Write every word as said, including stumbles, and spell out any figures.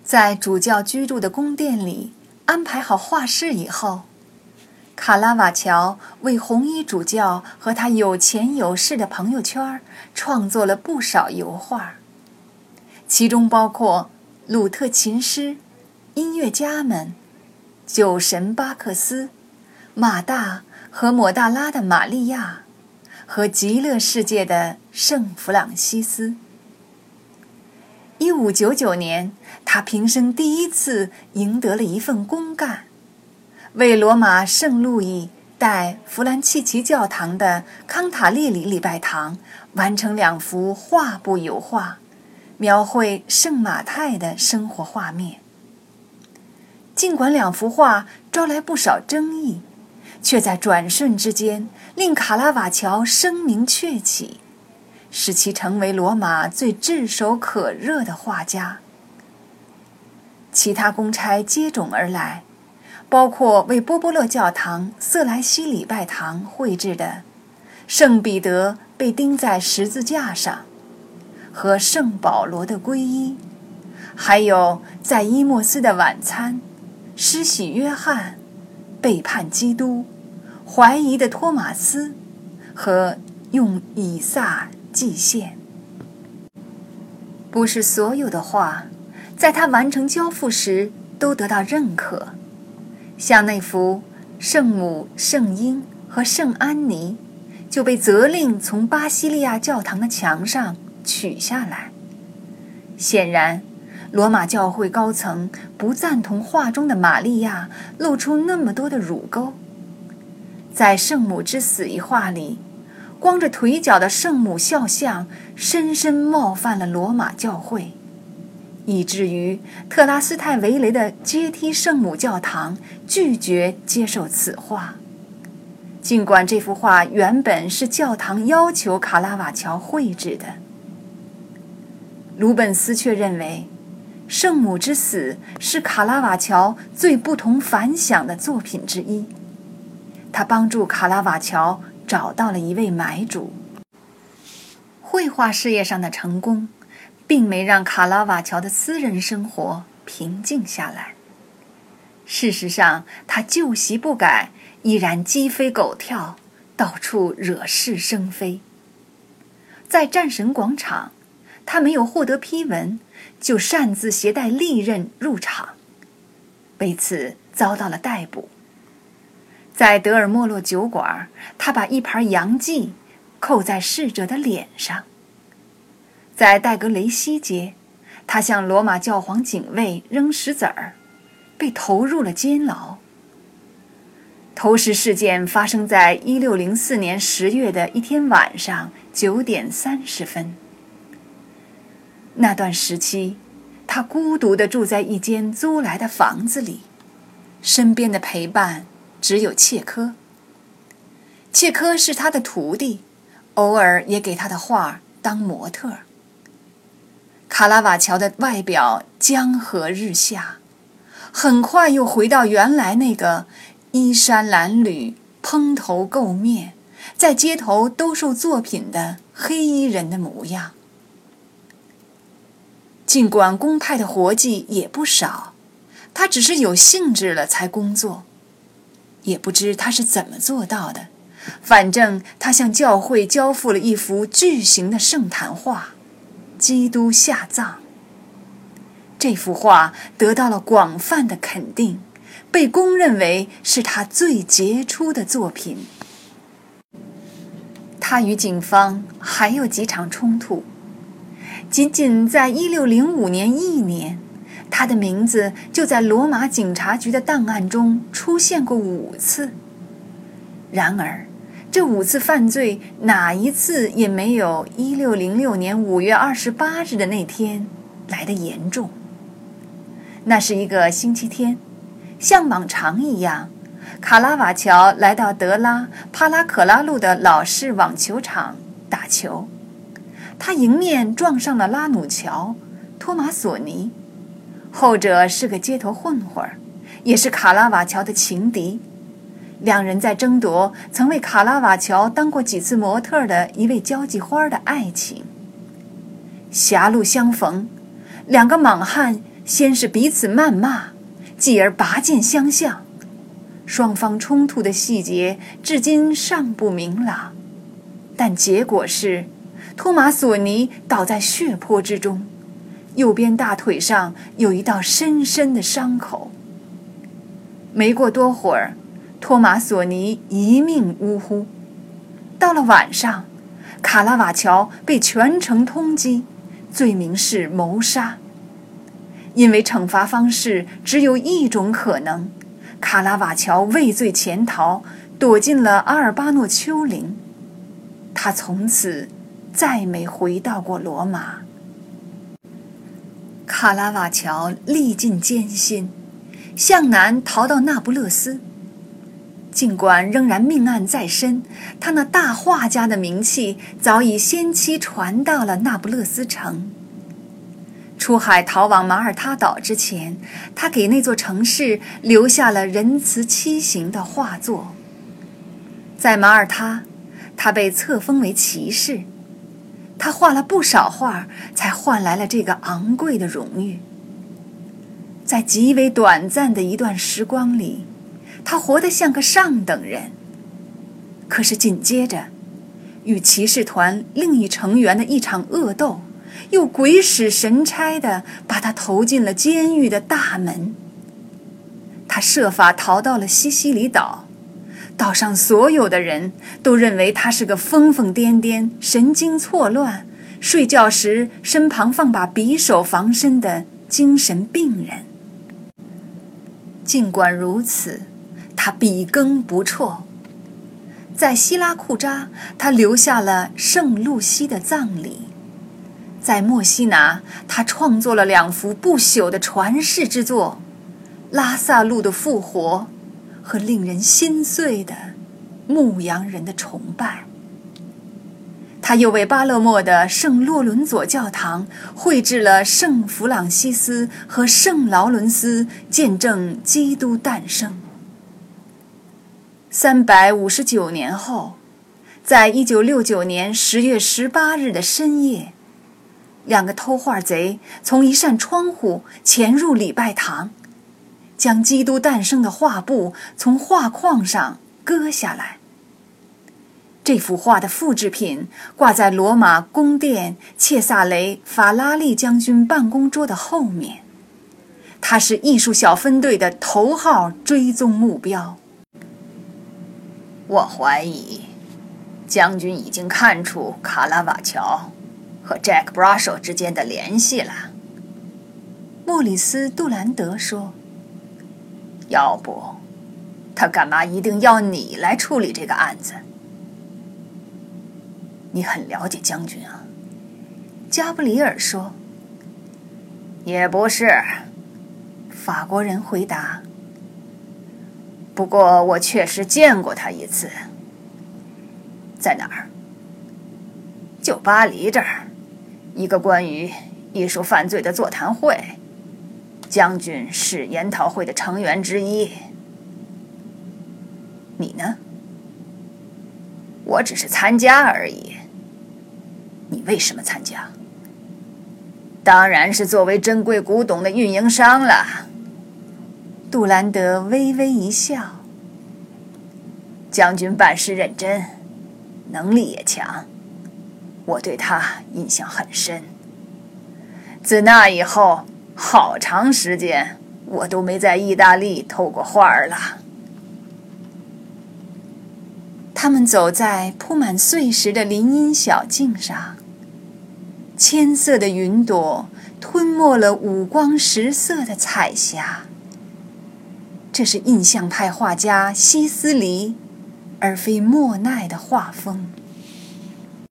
在主教居住的宫殿里安排好画室以后，卡拉瓦乔为红衣主教和他有钱有势的朋友圈创作了不少油画，其中包括鲁特琴师、音乐家们、酒神巴克斯、马大和抹大拉的玛利亚和极乐世界的圣弗朗西斯。一五九九年，他平生第一次赢得了一份公干，为罗马圣路易代弗兰契奇教堂的康塔列里礼拜堂完成两幅画布油画，描绘圣马太的生活画面。尽管两幅画招来不少争议，却在转瞬之间令卡拉瓦乔声名鹊起，使其成为罗马最炙手可热的画家。其他公差接踵而来，包括为波波勒教堂瑟莱西礼拜堂绘制的圣彼得被钉在十字架上和圣保罗的皈依，还有在伊莫斯的晚餐、施洗约翰、背叛基督、怀疑的托马斯和用以撒祭献。不是所有的画在他完成交付时都得到认可，像那幅圣母、圣婴和圣安妮就被责令从巴西利亚教堂的墙上取下来。显然，罗马教会高层不赞同画中的玛利亚露出那么多的乳沟。在圣母之死一画里，光着腿脚的圣母肖像深深冒犯了罗马教会，以至于特拉斯泰维雷的阶梯圣母教堂拒绝接受此画。尽管这幅画原本是教堂要求卡拉瓦乔绘制的，鲁本斯却认为圣母之死是卡拉瓦乔最不同凡响的作品之一。他帮助卡拉瓦乔找到了一位买主。绘画事业上的成功并没让卡拉瓦乔的私人生活平静下来。事实上，他旧习不改，依然鸡飞狗跳，到处惹是生非。在战神广场，他没有获得批文，就擅自携带利刃入场，为此遭到了逮捕。在德尔莫洛酒馆，他把一盘洋蓟扣在侍者的脸上。在戴格雷西街，他向罗马教皇警卫扔石子儿，被投入了监牢。投石事件发生在一六零四年十月的一天晚上九点三十分。那段时期，他孤独地住在一间租来的房子里，身边的陪伴只有切科。切科是他的徒弟，偶尔也给他的画当模特。卡拉瓦乔的外表江河日下，很快又回到原来那个衣衫褴褛、蓬头垢面，在街头兜售作品的黑衣人的模样。尽管公派的活计也不少，他只是有兴致了才工作。也不知他是怎么做到的，反正他向教会交付了一幅巨型的圣坛画《基督下葬》。这幅画得到了广泛的肯定，被公认为是他最杰出的作品。他与警方还有几场冲突，仅仅在一六零五年一年，他的名字就在罗马警察局的档案中出现过五次。然而，这五次犯罪哪一次也没有一六零六年五月二十八日的那天来得严重。那是一个星期天，像往常一样，卡拉瓦乔来到德拉帕拉可拉路的老式网球场打球。他迎面撞上了拉努乔、托马索尼，后者是个街头混混，也是卡拉瓦乔的情敌。两人在争夺曾为卡拉瓦乔当过几次模特的一位交际花的爱情。狭路相逢，两个莽汉先是彼此谩骂，继而拔剑相向，双方冲突的细节至今尚不明朗，但结果是托马索尼倒在血泊之中，右边大腿上有一道深深的伤口。没过多会儿，托马索尼一命呜呼。到了晚上，卡拉瓦乔被全城通缉，罪名是谋杀。因为惩罚方式只有一种可能，卡拉瓦乔畏罪潜逃，躲进了阿尔巴诺丘陵。他从此再没回到过罗马。卡拉瓦乔历尽艰辛，向南逃到那不勒斯。尽管仍然命案在身，他那大画家的名气早已先期传到了那不勒斯城。出海逃往马耳他岛之前，他给那座城市留下了仁慈畸形的画作。在马耳他，他被册封为骑士。他画了不少画，才换来了这个昂贵的荣誉。在极为短暂的一段时光里，他活得像个上等人。可是紧接着，与骑士团另一成员的一场恶斗，又鬼使神差地把他投进了监狱的大门。他设法逃到了西西里岛，岛上所有的人都认为他是个疯疯癫癫、神经错乱，睡觉时身旁放把匕首防身的精神病人。尽管如此，他笔耕不辍。在希拉库扎，他留下了圣露西的葬礼。在墨西拿，他创作了两幅不朽的传世之作《拉萨路的复活》和令人心碎的《牧羊人的崇拜》。他又为巴勒莫的圣洛伦佐教堂绘制了圣弗朗西斯和圣劳伦斯见证基督诞生。三百五十九年后，在一九六九年十月十八日的深夜，两个偷画贼从一扇窗户潜入礼拜堂，将基督诞生的画布从画框上割下来。这幅画的复制品挂在罗马宫殿切萨雷·法拉利将军办公桌的后面，它是艺术小分队的头号追踪目标。 我怀疑，将军已经看出卡拉瓦乔和 Jack Brussel 之间的联系了。 莫里斯·杜兰德说：“ 要不，他干嘛一定要你来处理这个案子？你很了解将军啊。” 加布里尔说：“ 也不是。” 法国人回答。 不过我确实见过他一次。在哪儿？就巴黎这儿，一个关于艺术犯罪的座谈会。将军是研讨会的成员之一。你呢？我只是参加而已。你为什么参加？当然是作为珍贵古董的运营商了。 杜兰德微微一笑。 将军办事认真，能力也强，我对他印象很深。自那以后，好长时间我都没在意大利偷过画了。 他们走在铺满碎石的林荫小径上，千色的云朵吞没了五光十色的彩霞。这是印象派画家希斯黎，而非莫奈的画风。